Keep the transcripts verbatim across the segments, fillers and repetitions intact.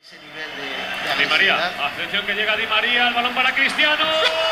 Di María, atención que llega Di María, el balón para Cristiano.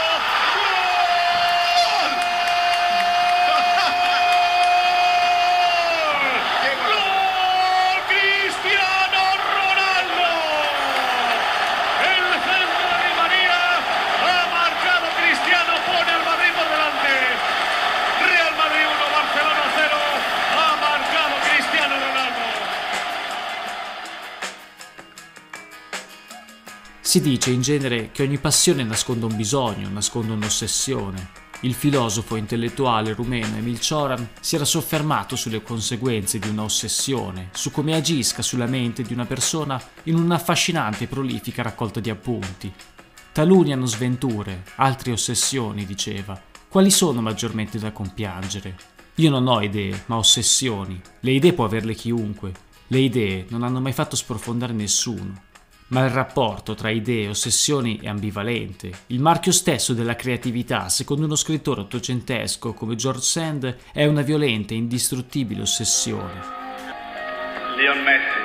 Si dice in genere che ogni passione nasconde un bisogno, nasconde un'ossessione. Il filosofo intellettuale rumeno Emil Cioran si era soffermato sulle conseguenze di una ossessione, su come agisca sulla mente di una persona in un'affascinante e prolifica raccolta di appunti. Taluni hanno sventure, altri ossessioni, diceva. Quali sono maggiormente da compiangere? Io non ho idee, ma ossessioni. Le idee può averle chiunque. Le idee non hanno mai fatto sprofondare nessuno. Ma il rapporto tra idee e ossessioni è ambivalente. Il marchio stesso della creatività, secondo uno scrittore ottocentesco come George Sand, è una violenta e indistruttibile ossessione. Leon Messi.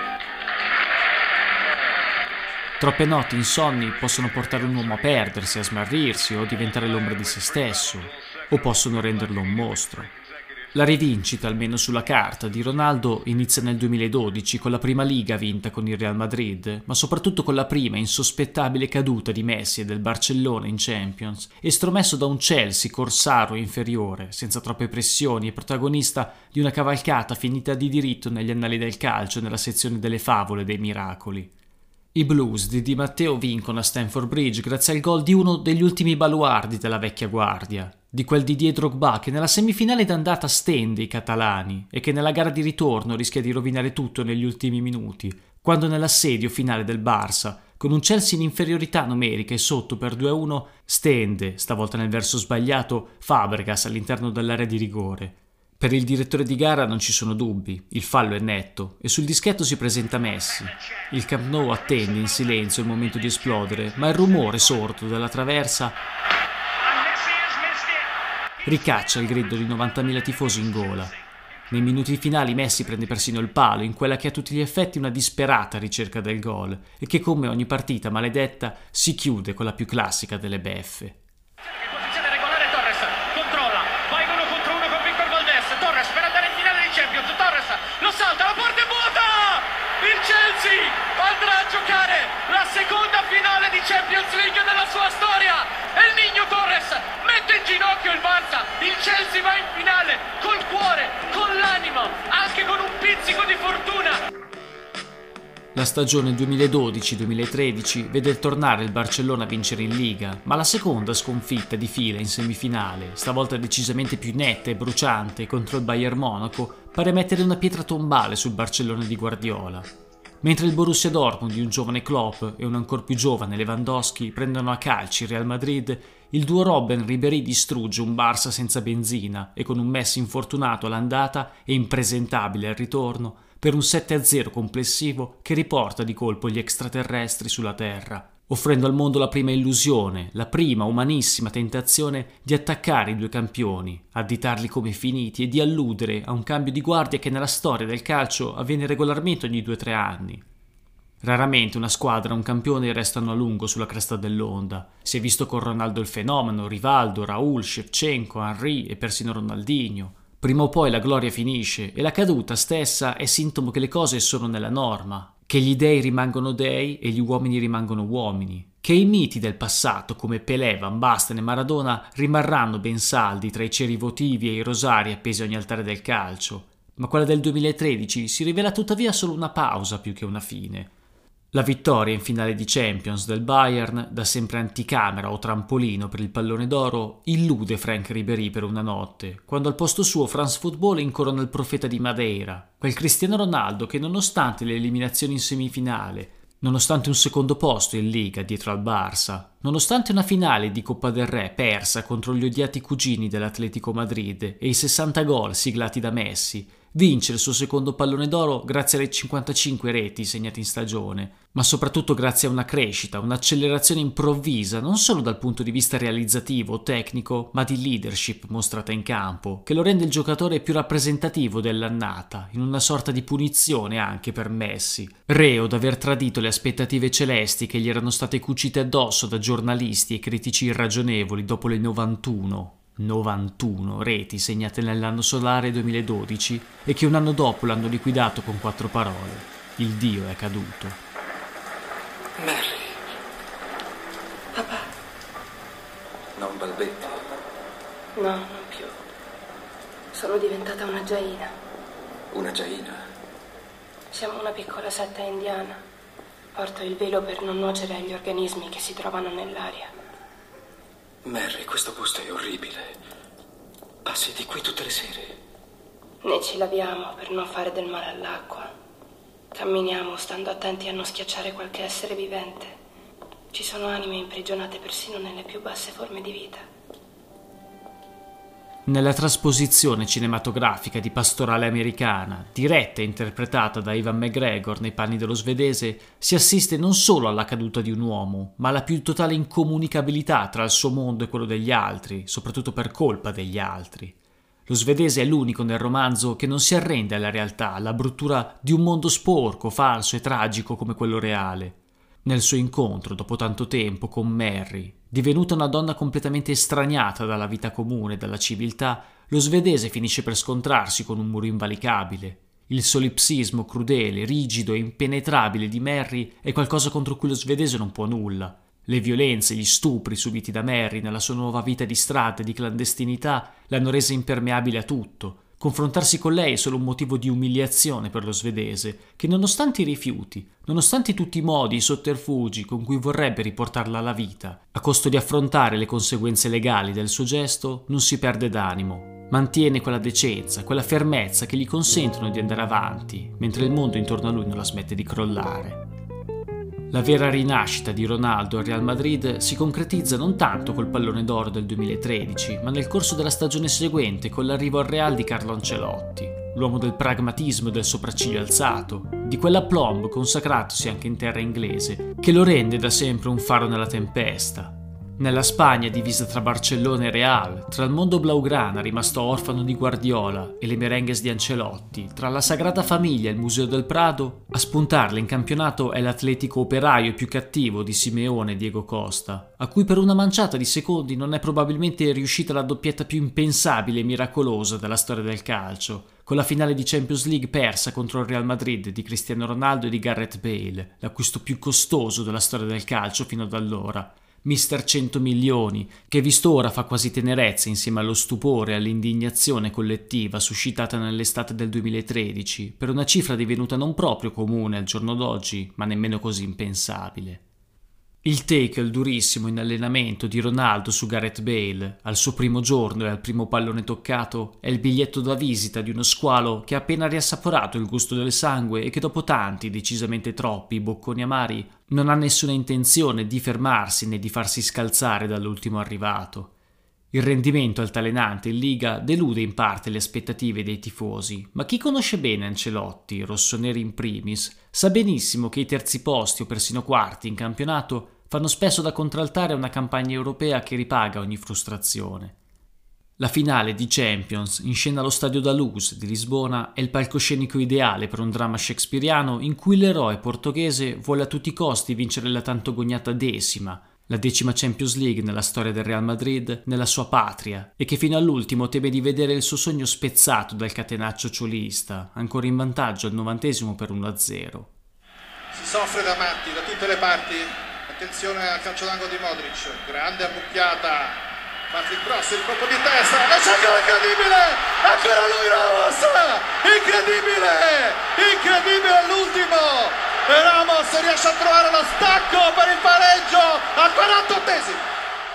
Troppe notti insonni possono portare un uomo a perdersi, a smarrirsi o a diventare l'ombra di se stesso, o possono renderlo un mostro. La rivincita, almeno sulla carta, di Ronaldo inizia nel duemiladodici con la prima Liga vinta con il Real Madrid, ma soprattutto con la prima insospettabile caduta di Messi e del Barcellona in Champions, estromesso da un Chelsea corsaro e inferiore, senza troppe pressioni e protagonista di una cavalcata finita di diritto negli annali del calcio nella sezione delle favole dei miracoli. I Blues di Di Matteo vincono a Stamford Bridge grazie al gol di uno degli ultimi baluardi della vecchia guardia, di quel Didier Drogba che nella semifinale d'andata stende i catalani e che nella gara di ritorno rischia di rovinare tutto negli ultimi minuti, quando nell'assedio finale del Barça, con un Chelsea in inferiorità numerica e sotto per due a uno, stende, stavolta nel verso sbagliato, Fabregas all'interno dell'area di rigore. Per il direttore di gara non ci sono dubbi, il fallo è netto e sul dischetto si presenta Messi. Il Camp Nou attende in silenzio il momento di esplodere, ma il rumore sordo dalla traversa ricaccia il grido di novantamila tifosi in gola. Nei minuti finali Messi prende persino il palo in quella che è a tutti gli effetti una disperata ricerca del gol e che, come ogni partita maledetta, si chiude con la più classica delle beffe. Andrà a giocare la seconda finale di Champions League nella sua storia e il Niño Torres mette in ginocchio il Barça. Il Chelsea va in finale col cuore, con l'animo, anche con un pizzico di fortuna. La stagione duemiladodici duemilatredici vede tornare il Barcellona a vincere in Liga, ma la seconda sconfitta di fila in semifinale, stavolta decisamente più netta e bruciante contro il Bayern Monaco, pare mettere una pietra tombale sul Barcellona di Guardiola. Mentre il Borussia Dortmund di un giovane Klopp e un ancor più giovane Lewandowski prendono a calci il Real Madrid, il duo Robben-Ribéry distrugge un Barça senza benzina e con un Messi infortunato all'andata e impresentabile al ritorno per un sette a zero complessivo che riporta di colpo gli extraterrestri sulla Terra, offrendo al mondo la prima illusione, la prima umanissima tentazione di attaccare i due campioni, additarli come finiti e di alludere a un cambio di guardia che nella storia del calcio avviene regolarmente ogni due o tre anni. Raramente una squadra o un campione restano a lungo sulla cresta dell'onda. Si è visto con Ronaldo il fenomeno, Rivaldo, Raul, Shevchenko, Henry e persino Ronaldinho. Prima o poi la gloria finisce e la caduta stessa è sintomo che le cose sono nella norma, che gli dei rimangono dei e gli uomini rimangono uomini, che i miti del passato come Pelé, Van Basten e Maradona rimarranno ben saldi tra i ceri votivi e i rosari appesi a ogni altare del calcio, ma quella del duemilatredici si rivela tuttavia solo una pausa più che una fine. La vittoria in finale di Champions del Bayern, da sempre anticamera o trampolino per il pallone d'oro, illude Franck Ribéry per una notte, quando al posto suo France Football incorona il profeta di Madeira, quel Cristiano Ronaldo che nonostante le eliminazioni in semifinale, nonostante un secondo posto in Liga dietro al Barça, nonostante una finale di Coppa del Re persa contro gli odiati cugini dell'Atletico Madrid e i sessanta gol siglati da Messi, Vince il suo secondo pallone d'oro grazie alle cinquantacinque reti segnate in stagione, ma soprattutto grazie a una crescita, un'accelerazione improvvisa non solo dal punto di vista realizzativo o tecnico, ma di leadership mostrata in campo, che lo rende il giocatore più rappresentativo dell'annata, in una sorta di punizione anche per Messi, reo d'aver tradito le aspettative celesti che gli erano state cucite addosso da giornalisti e critici irragionevoli dopo le novantuno novantuno reti segnate nell'anno solare duemiladodici e che un anno dopo l'hanno liquidato con quattro parole: il dio è caduto. Mary. Papà. Non balbetti. No, non più. Sono diventata una giaina. Una giaina? Siamo una piccola setta indiana. Porto il velo per non nuocere agli organismi che si trovano nell'aria. Mary, questo posto è orribile. Passi di qui tutte le sere. Ne ci laviamo per non fare del male all'acqua. Camminiamo stando attenti a non schiacciare qualche essere vivente. Ci sono anime imprigionate persino nelle più basse forme di vita. Nella trasposizione cinematografica di Pastorale americana, diretta e interpretata da Ewan McGregor nei panni dello svedese, si assiste non solo alla caduta di un uomo, ma alla più totale incomunicabilità tra il suo mondo e quello degli altri, soprattutto per colpa degli altri. Lo svedese è l'unico nel romanzo che non si arrende alla realtà, alla bruttura di un mondo sporco, falso e tragico come quello reale. Nel suo incontro, dopo tanto tempo, con Mary, divenuta una donna completamente estraniata dalla vita comune e dalla civiltà, lo svedese finisce per scontrarsi con un muro invalicabile. Il solipsismo crudele, rigido e impenetrabile di Mary è qualcosa contro cui lo svedese non può nulla. Le violenze, gli stupri subiti da Mary nella sua nuova vita di strada e di clandestinità l'hanno resa impermeabile a tutto. Confrontarsi con lei è solo un motivo di umiliazione per lo svedese, che nonostante i rifiuti, nonostante tutti i modi e i sotterfugi con cui vorrebbe riportarla alla vita, a costo di affrontare le conseguenze legali del suo gesto, non si perde d'animo. Mantiene quella decenza, quella fermezza che gli consentono di andare avanti, mentre il mondo intorno a lui non la smette di crollare. La vera rinascita di Ronaldo al Real Madrid si concretizza non tanto col pallone d'oro del duemilatredici, ma nel corso della stagione seguente con l'arrivo al Real di Carlo Ancelotti, l'uomo del pragmatismo e del sopracciglio alzato, di quell'aplomb consacratosi anche in terra inglese, che lo rende da sempre un faro nella tempesta. Nella Spagna divisa tra Barcellona e Real, tra il mondo blaugrana rimasto orfano di Guardiola e le merengues di Ancelotti, tra la Sagrada Famiglia e il Museo del Prado, a spuntarle in campionato è l'atletico operaio più cattivo di Simeone e Diego Costa, a cui per una manciata di secondi non è probabilmente riuscita la doppietta più impensabile e miracolosa della storia del calcio, con la finale di Champions League persa contro il Real Madrid di Cristiano Ronaldo e di Gareth Bale, l'acquisto più costoso della storia del calcio fino ad allora. mister cento milioni, che visto ora fa quasi tenerezza insieme allo stupore e all'indignazione collettiva suscitata nell'estate del duemilatredici, per una cifra divenuta non proprio comune al giorno d'oggi, ma nemmeno così impensabile. Il tackle durissimo in allenamento di Ronaldo su Gareth Bale, al suo primo giorno e al primo pallone toccato, è il biglietto da visita di uno squalo che ha appena riassaporato il gusto del sangue e che dopo tanti, decisamente troppi, bocconi amari, non ha nessuna intenzione di fermarsi né di farsi scalzare dall'ultimo arrivato. Il rendimento altalenante in Liga delude in parte le aspettative dei tifosi, ma chi conosce bene Ancelotti, rossoneri in primis, sa benissimo che i terzi posti o persino quarti in campionato fanno spesso da contraltare a una campagna europea che ripaga ogni frustrazione. La finale di Champions, in scena allo Stadio da Luz di Lisbona, è il palcoscenico ideale per un dramma shakespeariano in cui l'eroe portoghese vuole a tutti i costi vincere la tanto gognata decima, la decima Champions League nella storia del Real Madrid, nella sua patria, e che fino all'ultimo teme di vedere il suo sogno spezzato dal catenaccio ciolista, ancora in vantaggio al novantesimo per uno a zero. Si soffre da matti da tutte le parti. Attenzione al calcio d'angolo di Modric, grande ammucchiata. Patrick Cross, il colpo di testa, la centro incredibile, ancora lui Ramos, incredibile, incredibile all'ultimo, e Ramos riesce a trovare lo stacco per il pareggio al quarantottesimo.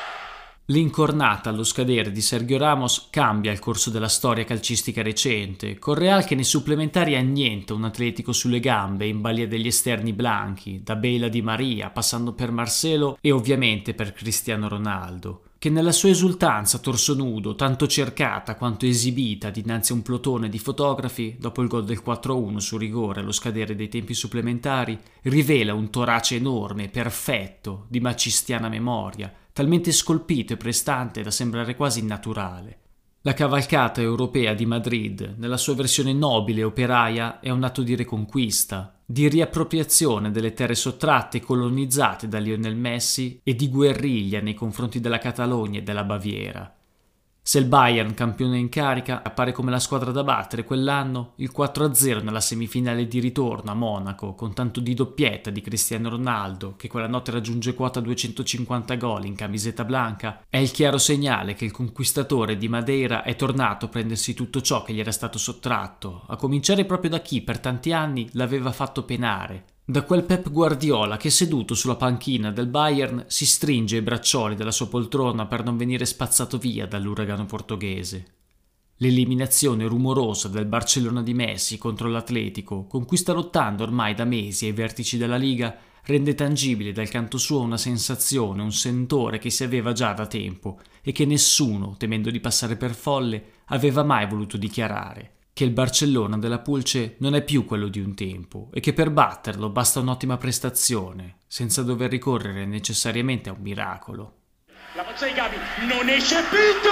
L'incornata allo scadere di Sergio Ramos cambia il corso della storia calcistica recente, con Real che nei supplementari annienta un Atletico sulle gambe in balia degli esterni blanchi, da Bale a Di Maria, passando per Marcelo e ovviamente per Cristiano Ronaldo. che nella sua esultanza a torso nudo, tanto cercata quanto esibita dinanzi a un plotone di fotografi, dopo il gol del quattro a uno su rigore allo scadere dei tempi supplementari, rivela un torace enorme, perfetto, di macistiana memoria, talmente scolpito e prestante da sembrare quasi innaturale. La cavalcata europea di Madrid, nella sua versione nobile e operaia, è un atto di reconquista, di riappropriazione delle terre sottratte e colonizzate da Lionel Messi e di guerriglia nei confronti della Catalogna e della Baviera. Se il Bayern, campione in carica, appare come la squadra da battere quell'anno, il quattro a zero nella semifinale di ritorno a Monaco, con tanto di doppietta di Cristiano Ronaldo, che quella notte raggiunge quota duecentocinquanta gol in camiseta blanca, è il chiaro segnale che il conquistatore di Madeira è tornato a prendersi tutto ciò che gli era stato sottratto, a cominciare proprio da chi per tanti anni l'aveva fatto penare. Da quel Pep Guardiola che seduto sulla panchina del Bayern si stringe i braccioli della sua poltrona per non venire spazzato via dall'uragano portoghese. L'eliminazione rumorosa del Barcellona di Messi contro l'Atletico, con cui sta lottando ormai da mesi ai vertici della Liga, rende tangibile dal canto suo una sensazione, un sentore che si aveva già da tempo e che nessuno, temendo di passare per folle, aveva mai voluto dichiarare. Che il Barcellona della Pulce non è più quello di un tempo e che per batterlo basta un'ottima prestazione, senza dover ricorrere necessariamente a un miracolo. La faccia di Gavi, non esce Pinto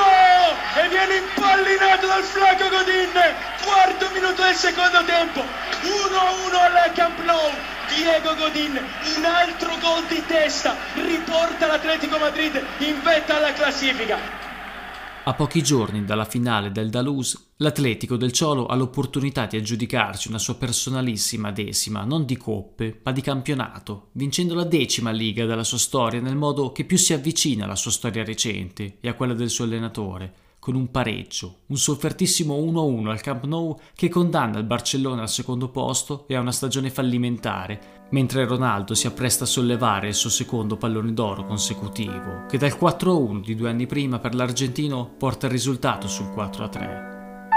e viene impallinato dal flaco Godin, quarto minuto del secondo tempo, uno a uno al Camp Nou. Diego Godin, un altro gol di testa, riporta l'Atletico Madrid in vetta alla classifica. A pochi giorni dalla finale del Dalus, l'Atletico del Cholo ha l'opportunità di aggiudicarsi una sua personalissima decima, non di coppe, ma di campionato, vincendo la decima Liga della sua storia nel modo che più si avvicina alla sua storia recente e a quella del suo allenatore, con un pareggio, un soffertissimo uno a uno al Camp Nou che condanna il Barcellona al secondo posto e a una stagione fallimentare, mentre Ronaldo si appresta a sollevare il suo secondo pallone d'oro consecutivo, che dal quattro a uno di due anni prima per l'argentino porta il risultato sul quattro a tre.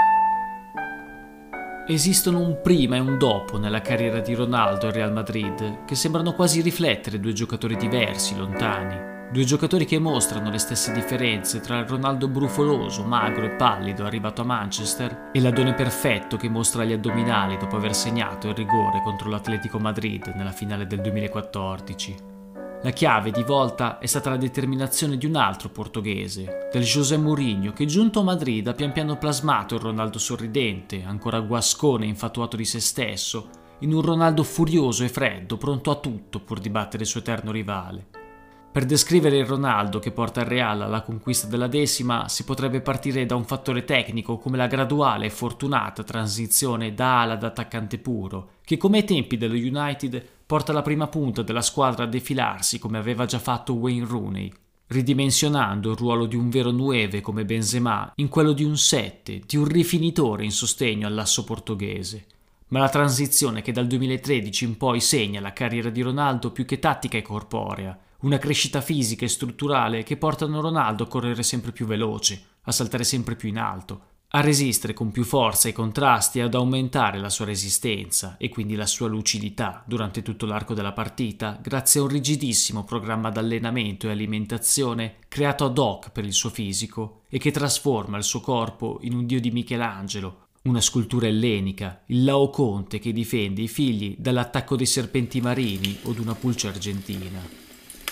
Esistono un prima e un dopo nella carriera di Ronaldo al Real Madrid, che sembrano quasi riflettere due giocatori diversi, lontani. Due giocatori che mostrano le stesse differenze tra il Ronaldo brufoloso, magro e pallido arrivato a Manchester e l'Adone perfetto che mostra gli addominali dopo aver segnato il rigore contro l'Atletico Madrid nella finale del duemilaquattordici. La chiave di volta è stata la determinazione di un altro portoghese, del José Mourinho, che giunto a Madrid ha pian piano plasmato il Ronaldo sorridente, ancora guascone e infatuato di se stesso, in un Ronaldo furioso e freddo, pronto a tutto pur di battere il suo eterno rivale. Per descrivere il Ronaldo che porta il Real alla conquista della decima si potrebbe partire da un fattore tecnico come la graduale e fortunata transizione da ala ad attaccante puro, che come ai tempi dello United porta la prima punta della squadra a defilarsi come aveva già fatto Wayne Rooney, ridimensionando il ruolo di un vero nueve come Benzema in quello di un sette, di un rifinitore in sostegno all'asso portoghese. Ma la transizione che dal duemilatredici in poi segna la carriera di Ronaldo più che tattica e corporea, una crescita fisica e strutturale che portano Ronaldo a correre sempre più veloce, a saltare sempre più in alto, a resistere con più forza ai contrasti e ad aumentare la sua resistenza e quindi la sua lucidità durante tutto l'arco della partita grazie a un rigidissimo programma d'allenamento e alimentazione creato ad hoc per il suo fisico e che trasforma il suo corpo in un dio di Michelangelo, una scultura ellenica, il Laocoonte che difende i figli dall'attacco dei serpenti marini o d'una pulce argentina.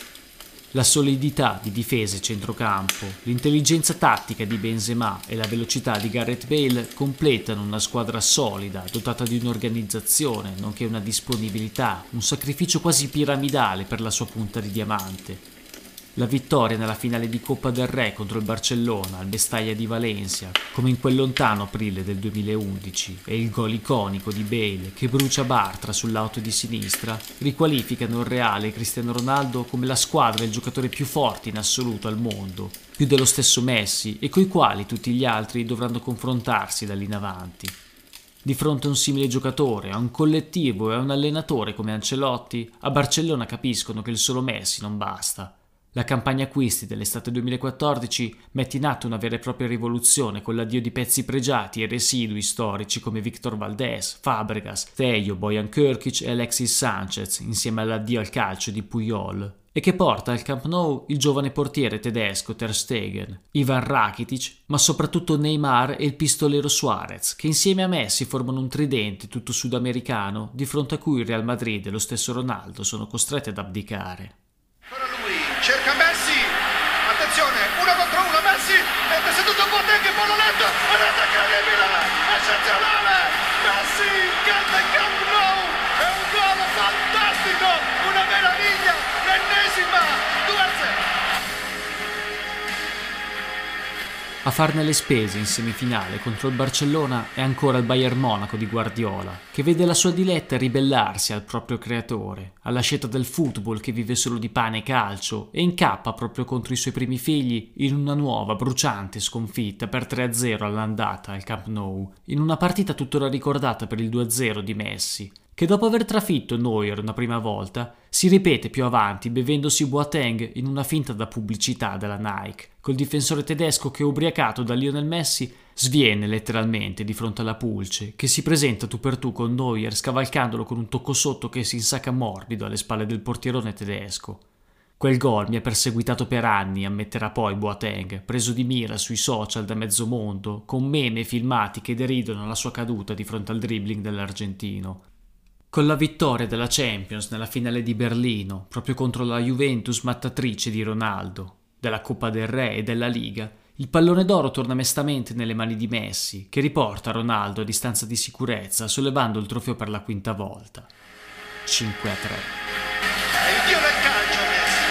La solidità di difesa e centrocampo, l'intelligenza tattica di Benzema e la velocità di Gareth Bale completano una squadra solida, dotata di un'organizzazione, nonché una disponibilità, un sacrificio quasi piramidale per la sua punta di diamante. La vittoria nella finale di Coppa del Re contro il Barcellona al Mestalla di Valencia, come in quel lontano aprile del duemilaundici, e il gol iconico di Bale che brucia Bartra sull'auto di sinistra, riqualificano il Real e Cristiano Ronaldo come la squadra e il giocatore più forte in assoluto al mondo, più dello stesso Messi e coi quali tutti gli altri dovranno confrontarsi da lì in avanti. Di fronte a un simile giocatore, a un collettivo e a un allenatore come Ancelotti, a Barcellona capiscono che il solo Messi non basta. La campagna acquisti dell'estate duemilaquattordici mette in atto una vera e propria rivoluzione con l'addio di pezzi pregiati e residui storici come Victor Valdés, Fabregas, Tello, Bojan Krkić e Alexis Sanchez, insieme all'addio al calcio di Puyol, e che porta al Camp Nou il giovane portiere tedesco Ter Stegen, Ivan Rakitic, ma soprattutto Neymar e il pistolero Suarez, che insieme a Messi formano un tridente tutto sudamericano di fronte a cui il Real Madrid e lo stesso Ronaldo sono costretti ad abdicare. Ora lui cerca Messi, attenzione, uno contro uno, Messi mette seduto Boateng in pallonetto, guardate incredibile, eccezionale, Messi, grande Camp Nou, è un gol fantastico, una meraviglia, l'ennesima, due a zero. A farne le spese in semifinale contro il Barcellona è ancora il Bayern Monaco di Guardiola, che vede la sua diletta ribellarsi al proprio creatore, alla scelta del football che vive solo di pane e calcio, e incappa proprio contro i suoi primi figli in una nuova, bruciante sconfitta per tre a zero all'andata al Camp Nou, in una partita tuttora ricordata per il due a zero di Messi, che dopo aver trafitto Neuer una prima volta, si ripete più avanti bevendosi Boateng in una finta da pubblicità della Nike, col difensore tedesco che, ubriacato da Lionel Messi, sviene letteralmente di fronte alla pulce, che si presenta tu per tu con Neuer scavalcandolo con un tocco sotto che si insacca morbido alle spalle del portierone tedesco. Quel gol mi ha perseguitato per anni, ammetterà poi Boateng, preso di mira sui social da mezzo mondo, con meme e filmati che deridono la sua caduta di fronte al dribbling dell'argentino. Con la vittoria della Champions nella finale di Berlino, proprio contro la Juventus mattatrice di Ronaldo, della Coppa del Re e della Liga, il pallone d'oro torna mestamente nelle mani di Messi, che riporta Ronaldo a distanza di sicurezza, sollevando il trofeo per la quinta volta. cinque a tre. È il dio del calcio Messi,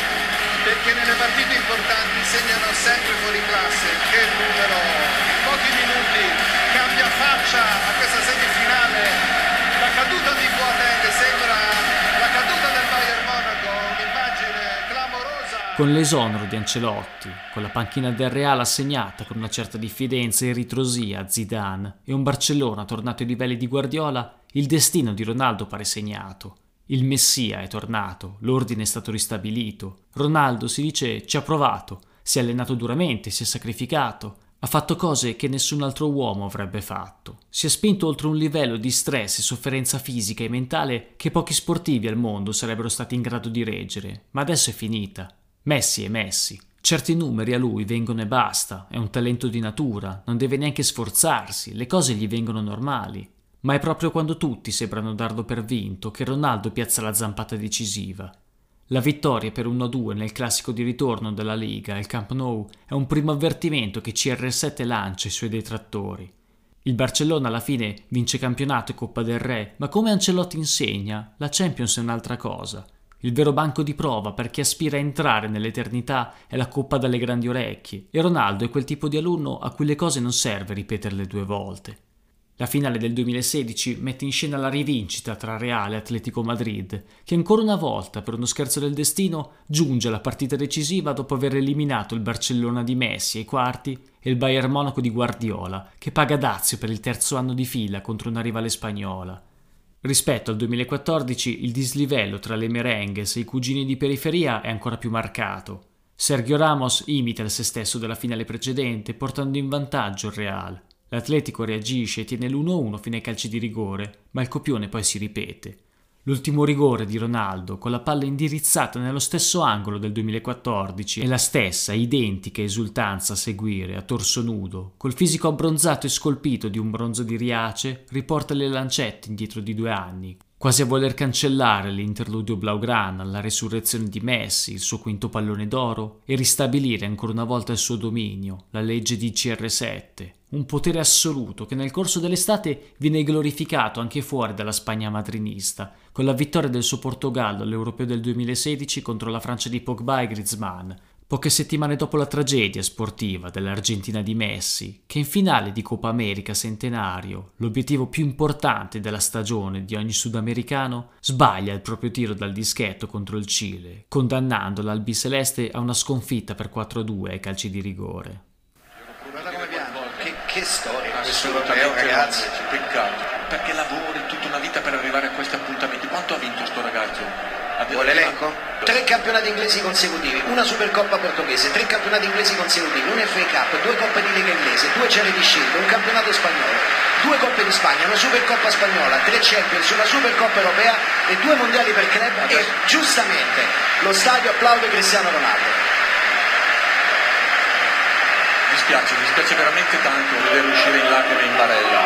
perché nelle partite importanti segnano sempre fuori classe, che numero, in pochi minuti cambia faccia a questa semifinale. La caduta di Boateng sembra la caduta del Bayern Monaco, un'immagine clamorosa. Con l'esonero di Ancelotti, con la panchina del Real assegnata con una certa diffidenza e ritrosia a Zidane e un Barcellona tornato ai livelli di Guardiola, il destino di Ronaldo pare segnato. Il Messia è tornato, l'ordine è stato ristabilito. Ronaldo, si dice, ci ha provato, si è allenato duramente, si è sacrificato. Ha fatto cose che nessun altro uomo avrebbe fatto. Si è spinto oltre un livello di stress e sofferenza fisica e mentale che pochi sportivi al mondo sarebbero stati in grado di reggere. Ma adesso è finita. Messi è Messi. Certi numeri a lui vengono e basta. È un talento di natura. Non deve neanche sforzarsi. Le cose gli vengono normali. Ma è proprio quando tutti sembrano darlo per vinto che Ronaldo piazza la zampata decisiva. La vittoria per uno a due nel classico di ritorno della Liga al Camp Nou è un primo avvertimento che C R sette lancia ai suoi detrattori. Il Barcellona alla fine vince campionato e Coppa del Re, ma come Ancelotti insegna, la Champions è un'altra cosa. Il vero banco di prova per chi aspira a entrare nell'eternità è la Coppa dalle grandi orecchie, e Ronaldo è quel tipo di alunno a cui le cose non serve ripeterle due volte. La finale del duemilasedici mette in scena la rivincita tra Real e Atletico Madrid, che ancora una volta, per uno scherzo del destino, giunge alla partita decisiva dopo aver eliminato il Barcellona di Messi ai quarti e il Bayern Monaco di Guardiola, che paga dazio per il terzo anno di fila contro una rivale spagnola. Rispetto al duemilaquattordici, il dislivello tra le merengues e i cugini di periferia è ancora più marcato. Sergio Ramos imita il se stesso della finale precedente, portando in vantaggio il Real. L'Atletico reagisce e tiene l'uno a uno fino ai calci di rigore, ma il copione poi si ripete. L'ultimo rigore di Ronaldo, con la palla indirizzata nello stesso angolo del duemilaquattordici, è la stessa, identica esultanza a seguire, a torso nudo, col fisico abbronzato e scolpito di un bronzo di Riace, riporta le lancette indietro di due anni, quasi a voler cancellare l'interludio blaugrana, la resurrezione di Messi, il suo quinto pallone d'oro, e ristabilire ancora una volta il suo dominio, la legge di C R sette, un potere assoluto che nel corso dell'estate viene glorificato anche fuori dalla Spagna madrinista, con la vittoria del suo Portogallo all'Europeo del duemilasedici contro la Francia di Pogba e Griezmann, poche settimane dopo la tragedia sportiva dell'Argentina di Messi, che in finale di Coppa America Centenario, l'obiettivo più importante della stagione di ogni sudamericano, sbaglia il proprio tiro dal dischetto contro il Cile, condannando l'albiceleste a una sconfitta per quattro a due ai calci di rigore. Che, che storia questo europeo, ragazzi, peccato, perché lavori tutta una vita per arrivare a questi appuntamenti. Quanto ha vinto sto ragazzo? Vuole l'elenco? Tre campionati inglesi consecutivi, una Supercoppa portoghese, tre campionati inglesi consecutivi, un F A Cup, due Coppe di Lega inglese, due Charity Shield, un campionato spagnolo, due Coppe di Spagna, una Supercoppa spagnola, tre Champions, una Supercoppa europea e due mondiali per club e giustamente lo stadio applaude Cristiano Ronaldo. Mi dispiace, mi dispiace veramente tanto vederlo uscire in lacrime in barella.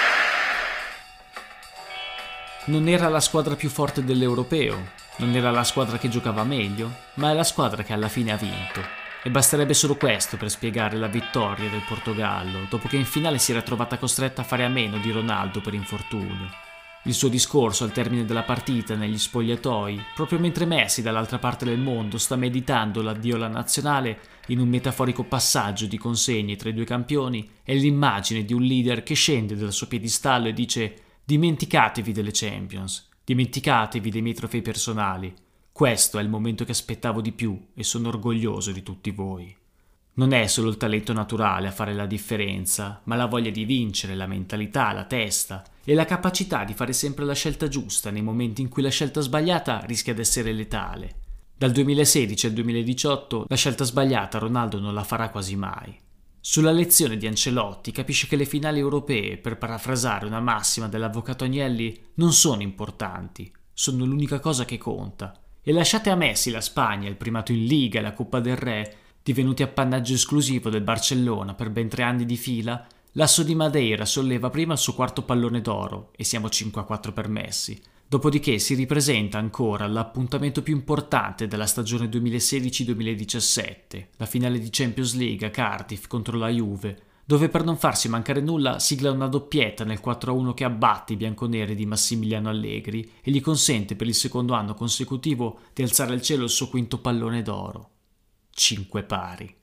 Non era la squadra più forte dell'Europeo, non era la squadra che giocava meglio, ma è la squadra che alla fine ha vinto. E basterebbe solo questo per spiegare la vittoria del Portogallo, dopo che in finale si era trovata costretta a fare a meno di Ronaldo per infortunio. Il suo discorso al termine della partita negli spogliatoi, proprio mentre Messi dall'altra parte del mondo sta meditando l'addio alla nazionale in un metaforico passaggio di consegne tra i due campioni, è l'immagine di un leader che scende dal suo piedistallo e dice: dimenticatevi delle Champions, dimenticatevi dei miei trofei personali. Questo è il momento che aspettavo di più e sono orgoglioso di tutti voi. Non è solo il talento naturale a fare la differenza, ma la voglia di vincere, la mentalità, la testa e la capacità di fare sempre la scelta giusta nei momenti in cui la scelta sbagliata rischia di essere letale. Dal duemilasedici al duemiladiciotto la scelta sbagliata Ronaldo non la farà quasi mai. Sulla lezione di Ancelotti capisce che le finali europee, per parafrasare una massima dell'avvocato Agnelli, non sono importanti, sono l'unica cosa che conta. E lasciate a Messi la Spagna, il primato in Liga e la Coppa del Re, divenuti appannaggio esclusivo del Barcellona per ben tre anni di fila, l'asso di Madeira solleva prima il suo quarto pallone d'oro e siamo cinque a quattro per Messi. Dopodiché si ripresenta ancora l'appuntamento più importante della stagione duemilasedici duemiladiciassette, la finale di Champions League a Cardiff contro la Juve, dove per non farsi mancare nulla sigla una doppietta nel quattro a uno che abbatte i bianconeri di Massimiliano Allegri e gli consente per il secondo anno consecutivo di alzare al cielo il suo quinto pallone d'oro. Cinque pari.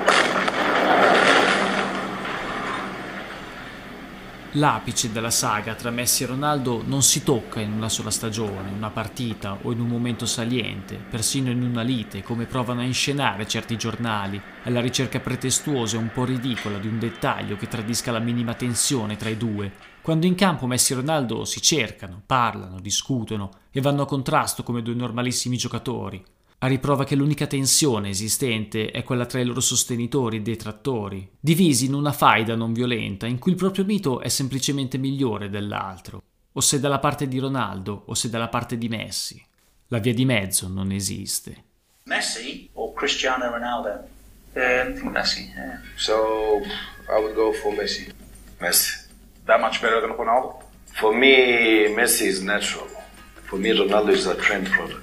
L'apice della saga tra Messi e Ronaldo non si tocca in una sola stagione, una partita o in un momento saliente, persino in una lite, come provano a inscenare certi giornali, alla ricerca pretestuosa e un po' ridicola di un dettaglio che tradisca la minima tensione tra i due, quando in campo Messi e Ronaldo si cercano, parlano, discutono e vanno a contrasto come due normalissimi giocatori, a riprova che l'unica tensione esistente è quella tra i loro sostenitori e detrattori, divisi in una faida non violenta in cui il proprio mito è semplicemente migliore dell'altro, o se dalla parte di Ronaldo o se dalla parte di Messi. La via di mezzo non esiste. Messi o Cristiano Ronaldo? Um, I think Messi, yeah. So, I would go for Messi. Messi. That much better than Ronaldo? For me, Messi is natural. For me, Ronaldo is a trend product.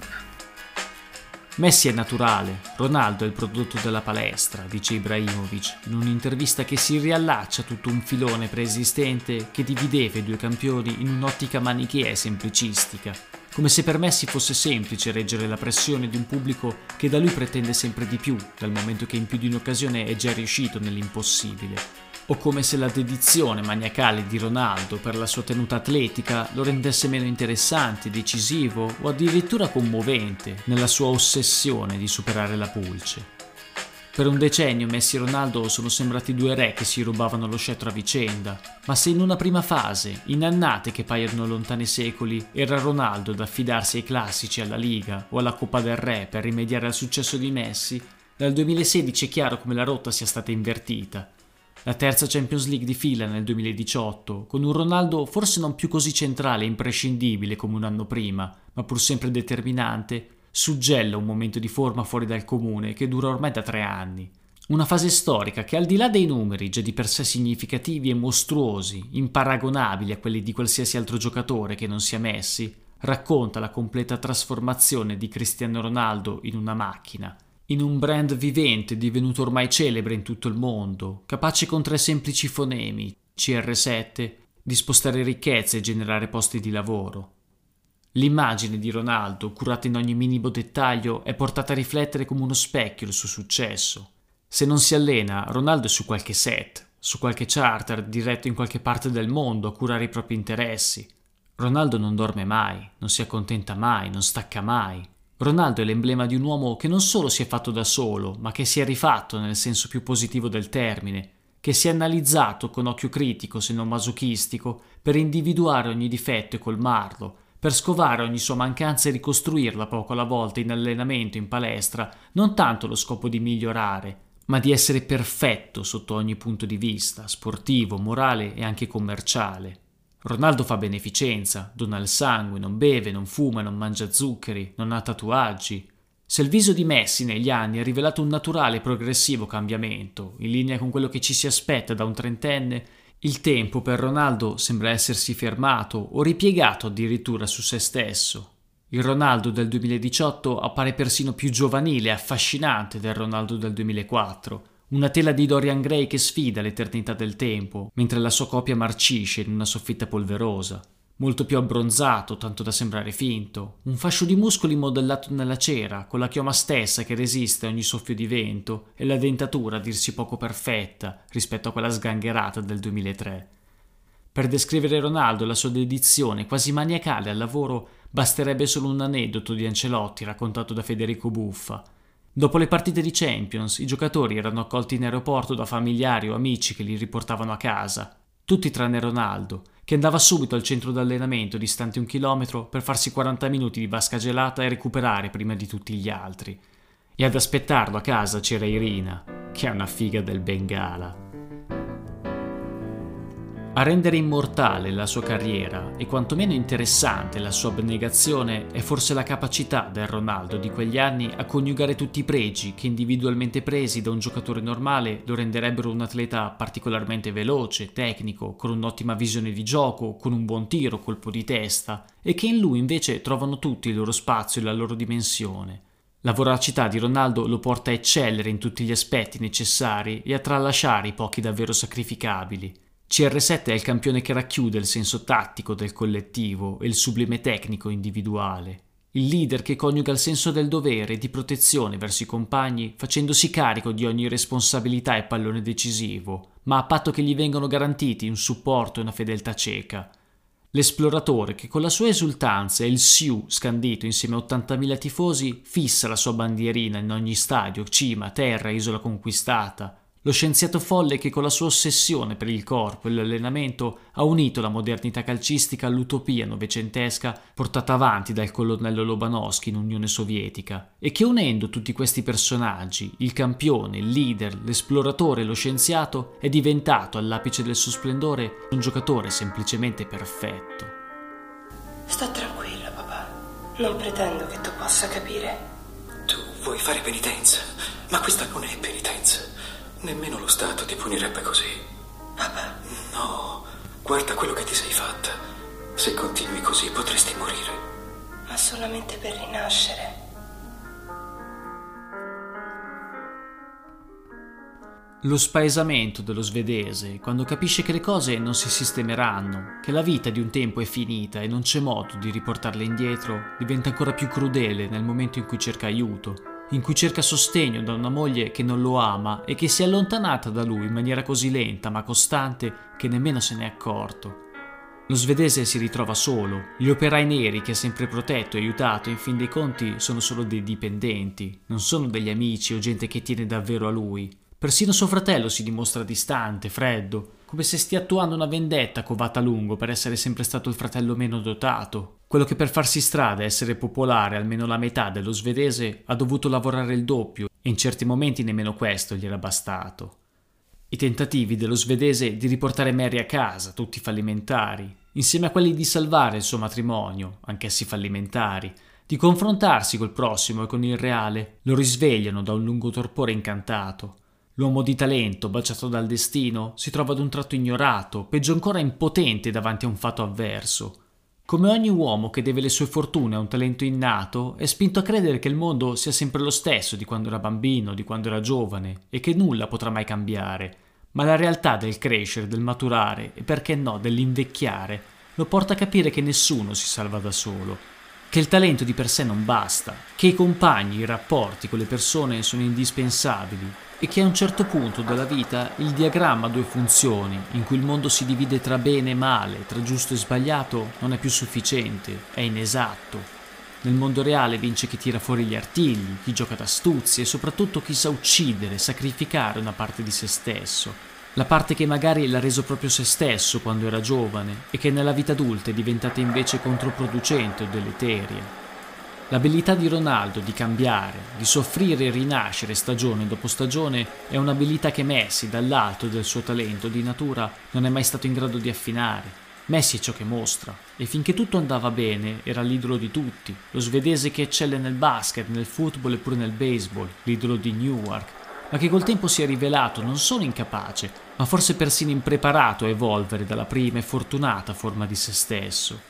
Messi è naturale, Ronaldo è il prodotto della palestra, dice Ibrahimovic, in un'intervista che si riallaccia a tutto un filone preesistente che divideva i due campioni in un'ottica manichea e semplicistica, come se per Messi fosse semplice reggere la pressione di un pubblico che da lui pretende sempre di più, dal momento che in più di un'occasione è già riuscito nell'impossibile. O come se la dedizione maniacale di Ronaldo per la sua tenuta atletica lo rendesse meno interessante, decisivo o addirittura commovente nella sua ossessione di superare la pulce. Per un decennio Messi e Ronaldo sono sembrati due re che si rubavano lo scettro a vicenda, ma se in una prima fase, in annate che paiono lontane secoli, era Ronaldo ad affidarsi ai classici, alla Liga o alla Coppa del Re per rimediare al successo di Messi, dal duemilasedici è chiaro come la rotta sia stata invertita. La terza Champions League di fila nel duemiladiciotto, con un Ronaldo forse non più così centrale e imprescindibile come un anno prima, ma pur sempre determinante, suggella un momento di forma fuori dal comune che dura ormai da tre anni. Una fase storica che, al di là dei numeri già di per sé significativi e mostruosi, imparagonabili a quelli di qualsiasi altro giocatore che non sia Messi, racconta la completa trasformazione di Cristiano Ronaldo in una macchina, in un brand vivente divenuto ormai celebre in tutto il mondo, capace con tre semplici fonemi, C R sette, di spostare ricchezze e generare posti di lavoro. L'immagine di Ronaldo, curata in ogni minimo dettaglio, è portata a riflettere come uno specchio il suo successo. Se non si allena, Ronaldo è su qualche set, su qualche charter diretto in qualche parte del mondo a curare i propri interessi. Ronaldo non dorme mai, non si accontenta mai, non stacca mai. Ronaldo è l'emblema di un uomo che non solo si è fatto da solo, ma che si è rifatto nel senso più positivo del termine, che si è analizzato con occhio critico se non masochistico per individuare ogni difetto e colmarlo, per scovare ogni sua mancanza e ricostruirla poco alla volta in allenamento, in palestra, non tanto allo scopo di migliorare, ma di essere perfetto sotto ogni punto di vista, sportivo, morale e anche commerciale. Ronaldo fa beneficenza, dona il sangue, non beve, non fuma, non mangia zuccheri, non ha tatuaggi. Se il viso di Messi negli anni ha rivelato un naturale e progressivo cambiamento, in linea con quello che ci si aspetta da un trentenne, il tempo per Ronaldo sembra essersi fermato o ripiegato addirittura su se stesso. Il Ronaldo del duemiladiciotto appare persino più giovanile e affascinante del Ronaldo del duemilaquattro, una tela di Dorian Gray che sfida l'eternità del tempo, mentre la sua copia marcisce in una soffitta polverosa. Molto più abbronzato, tanto da sembrare finto, un fascio di muscoli modellato nella cera, con la chioma stessa che resiste a ogni soffio di vento e la dentatura a dirsi poco perfetta rispetto a quella sgangherata del duemilatré. Per descrivere Ronaldo e la sua dedizione quasi maniacale al lavoro basterebbe solo un aneddoto di Ancelotti raccontato da Federico Buffa. Dopo le partite di Champions, i giocatori erano accolti in aeroporto da familiari o amici che li riportavano a casa, tutti tranne Ronaldo, che andava subito al centro d'allenamento distante un chilometro per farsi quaranta minuti di vasca gelata e recuperare prima di tutti gli altri. E ad aspettarlo a casa c'era Irina, che è una figa del Bengala. A rendere immortale la sua carriera e quantomeno interessante la sua abnegazione è forse la capacità del Ronaldo di quegli anni a coniugare tutti i pregi che individualmente presi da un giocatore normale lo renderebbero un atleta particolarmente veloce, tecnico, con un'ottima visione di gioco, con un buon tiro, colpo di testa, e che in lui invece trovano tutti il loro spazio e la loro dimensione. La voracità di Ronaldo lo porta a eccellere in tutti gli aspetti necessari e a tralasciare i pochi davvero sacrificabili. C R sette è il campione che racchiude il senso tattico del collettivo e il sublime tecnico individuale. Il leader che coniuga il senso del dovere e di protezione verso i compagni, facendosi carico di ogni responsabilità e pallone decisivo, ma a patto che gli vengano garantiti un supporto e una fedeltà cieca. L'esploratore che con la sua esultanza e il Siu scandito insieme a ottantamila tifosi fissa la sua bandierina in ogni stadio, cima, terra, isola conquistata. Lo scienziato folle che con la sua ossessione per il corpo e l'allenamento ha unito la modernità calcistica all'utopia novecentesca portata avanti dal colonnello Lobanovskij in Unione Sovietica e che unendo tutti questi personaggi, il campione, il leader, l'esploratore e lo scienziato, è diventato all'apice del suo splendore un giocatore semplicemente perfetto. Sta tranquillo, papà. Non pretendo che tu possa capire. Tu vuoi fare penitenza, ma questa non è penitenza. Nemmeno lo Stato ti punirebbe così. Papà. No, guarda quello che ti sei fatta. Se continui così potresti morire. Ma solamente per rinascere. Lo spaesamento dello svedese quando capisce che le cose non si sistemeranno, che la vita di un tempo è finita e non c'è modo di riportarle indietro, diventa ancora più crudele nel momento in cui cerca aiuto, in cui cerca sostegno da una moglie che non lo ama e che si è allontanata da lui in maniera così lenta ma costante che nemmeno se n'è accorto. Lo svedese si ritrova solo, gli operai neri che ha sempre protetto e aiutato in fin dei conti sono solo dei dipendenti, non sono degli amici o gente che tiene davvero a lui. Persino suo fratello si dimostra distante, freddo, come se stia attuando una vendetta covata a lungo per essere sempre stato il fratello meno dotato, quello che per farsi strada e essere popolare almeno la metà dello svedese ha dovuto lavorare il doppio e in certi momenti nemmeno questo gli era bastato. I tentativi dello svedese di riportare Mary a casa, tutti fallimentari, insieme a quelli di salvare il suo matrimonio, anch'essi fallimentari, di confrontarsi col prossimo e con il reale, lo risvegliano da un lungo torpore incantato. L'uomo di talento, baciato dal destino, si trova ad un tratto ignorato, peggio ancora impotente davanti a un fato avverso. Come ogni uomo che deve le sue fortune a un talento innato, è spinto a credere che il mondo sia sempre lo stesso di quando era bambino, di quando era giovane, e che nulla potrà mai cambiare. Ma la realtà del crescere, del maturare, e perché no, dell'invecchiare, lo porta a capire che nessuno si salva da solo, che il talento di per sé non basta, che i compagni, i rapporti con le persone sono indispensabili, e che a un certo punto della vita il diagramma a due funzioni, in cui il mondo si divide tra bene e male, tra giusto e sbagliato, non è più sufficiente, è inesatto. Nel mondo reale vince chi tira fuori gli artigli, chi gioca d'astuzia e soprattutto chi sa uccidere, sacrificare una parte di se stesso. La parte che magari l'ha reso proprio se stesso quando era giovane e che nella vita adulta è diventata invece controproducente o deleteria. L'abilità di Ronaldo di cambiare, di soffrire e rinascere stagione dopo stagione è un'abilità che Messi, dall'alto del suo talento di natura, non è mai stato in grado di affinare. Messi è ciò che mostra, e finché tutto andava bene era l'idolo di tutti, lo svedese che eccelle nel basket, nel football e pure nel baseball, l'idolo di Newark, ma che col tempo si è rivelato non solo incapace, ma forse persino impreparato a evolvere dalla prima e fortunata forma di se stesso.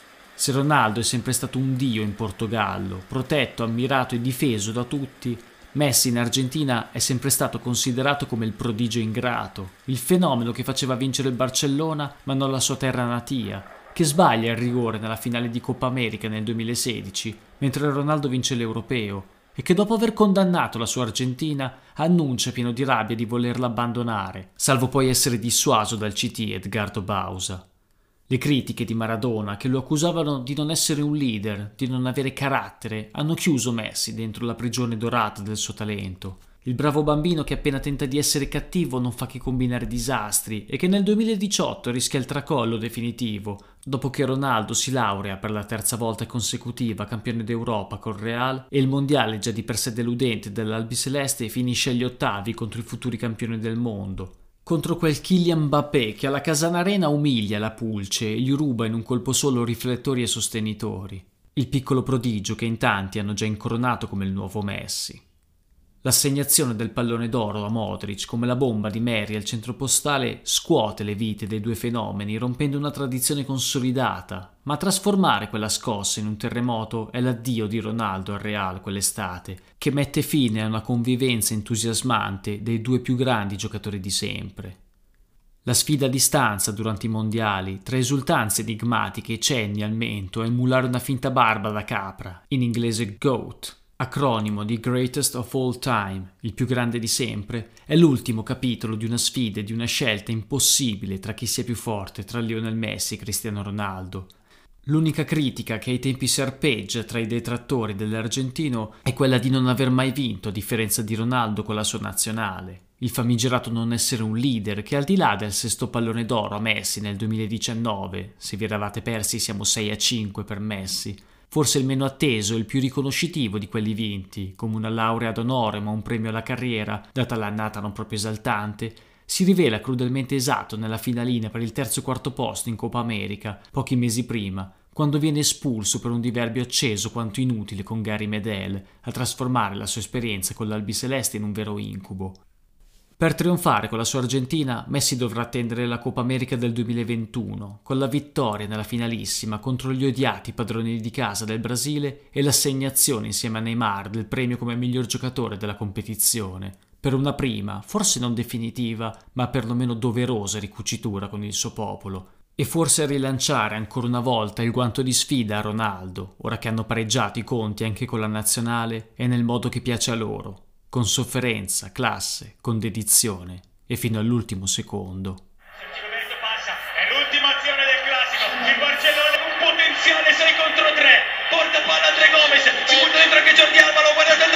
Se Ronaldo è sempre stato un dio in Portogallo, protetto, ammirato e difeso da tutti, Messi in Argentina è sempre stato considerato come il prodigio ingrato, il fenomeno che faceva vincere il Barcellona ma non la sua terra natia, che sbaglia il rigore nella finale di Coppa America nel duemilasedici, mentre Ronaldo vince l'Europeo, e che dopo aver condannato la sua Argentina annuncia pieno di rabbia di volerla abbandonare, salvo poi essere dissuaso dal C T Edgardo Bausa. Le critiche di Maradona, che lo accusavano di non essere un leader, di non avere carattere, hanno chiuso Messi dentro la prigione dorata del suo talento. Il bravo bambino che appena tenta di essere cattivo non fa che combinare disastri e che nel duemiladiciotto rischia il tracollo definitivo, dopo che Ronaldo si laurea per la terza volta consecutiva campione d'Europa col Real e il mondiale già di per sé deludente dell'Albiceleste finisce agli ottavi contro i futuri campioni del mondo. Contro quel Kylian Mbappé che alla Casanarena umilia la Pulce e gli ruba in un colpo solo riflettori e sostenitori. Il piccolo prodigio che in tanti hanno già incoronato come il nuovo Messi. L'assegnazione del pallone d'oro a Modric come la bomba di Mary al centro postale scuote le vite dei due fenomeni rompendo una tradizione consolidata, ma trasformare quella scossa in un terremoto è l'addio di Ronaldo al Real quell'estate, che mette fine a una convivenza entusiasmante dei due più grandi giocatori di sempre. La sfida a distanza durante i mondiali, tra esultanze enigmatiche e cenni al mento a emulare una finta barba da capra, in inglese GOAT, acronimo di Greatest of All Time, il più grande di sempre, è l'ultimo capitolo di una sfida e di una scelta impossibile tra chi sia più forte tra Lionel Messi e Cristiano Ronaldo. L'unica critica che ai tempi serpeggia tra i detrattori dell'argentino è quella di non aver mai vinto a differenza di Ronaldo con la sua nazionale. Il famigerato non essere un leader che al di là del sesto pallone d'oro a Messi nel duemiladiciannove, se vi eravate persi siamo sei a cinque per Messi, forse il meno atteso e il più riconoscitivo di quelli vinti, come una laurea d'onore ma un premio alla carriera, data l'annata non proprio esaltante, si rivela crudelmente esatto nella finalina per il terzo e quarto posto in Coppa America, pochi mesi prima, quando viene espulso per un diverbio acceso quanto inutile con Gary Medel, a trasformare la sua esperienza con l'Albiceleste in un vero incubo. Per trionfare con la sua Argentina, Messi dovrà attendere la Coppa America del duemilaventuno, con la vittoria nella finalissima contro gli odiati padroni di casa del Brasile e l'assegnazione insieme a Neymar del premio come miglior giocatore della competizione, per una prima, forse non definitiva, ma perlomeno doverosa ricucitura con il suo popolo, e forse a rilanciare ancora una volta il guanto di sfida a Ronaldo, ora che hanno pareggiato i conti anche con la nazionale e nel modo che piace a loro. Con sofferenza, classe, con dedizione e fino all'ultimo secondo. Passa, è l'ultima azione del classico. Il Barcellona un potenziale sei contro tre. Porta palla a Tre Gomes, si butta dentro anche Jordi Alba, lo guardate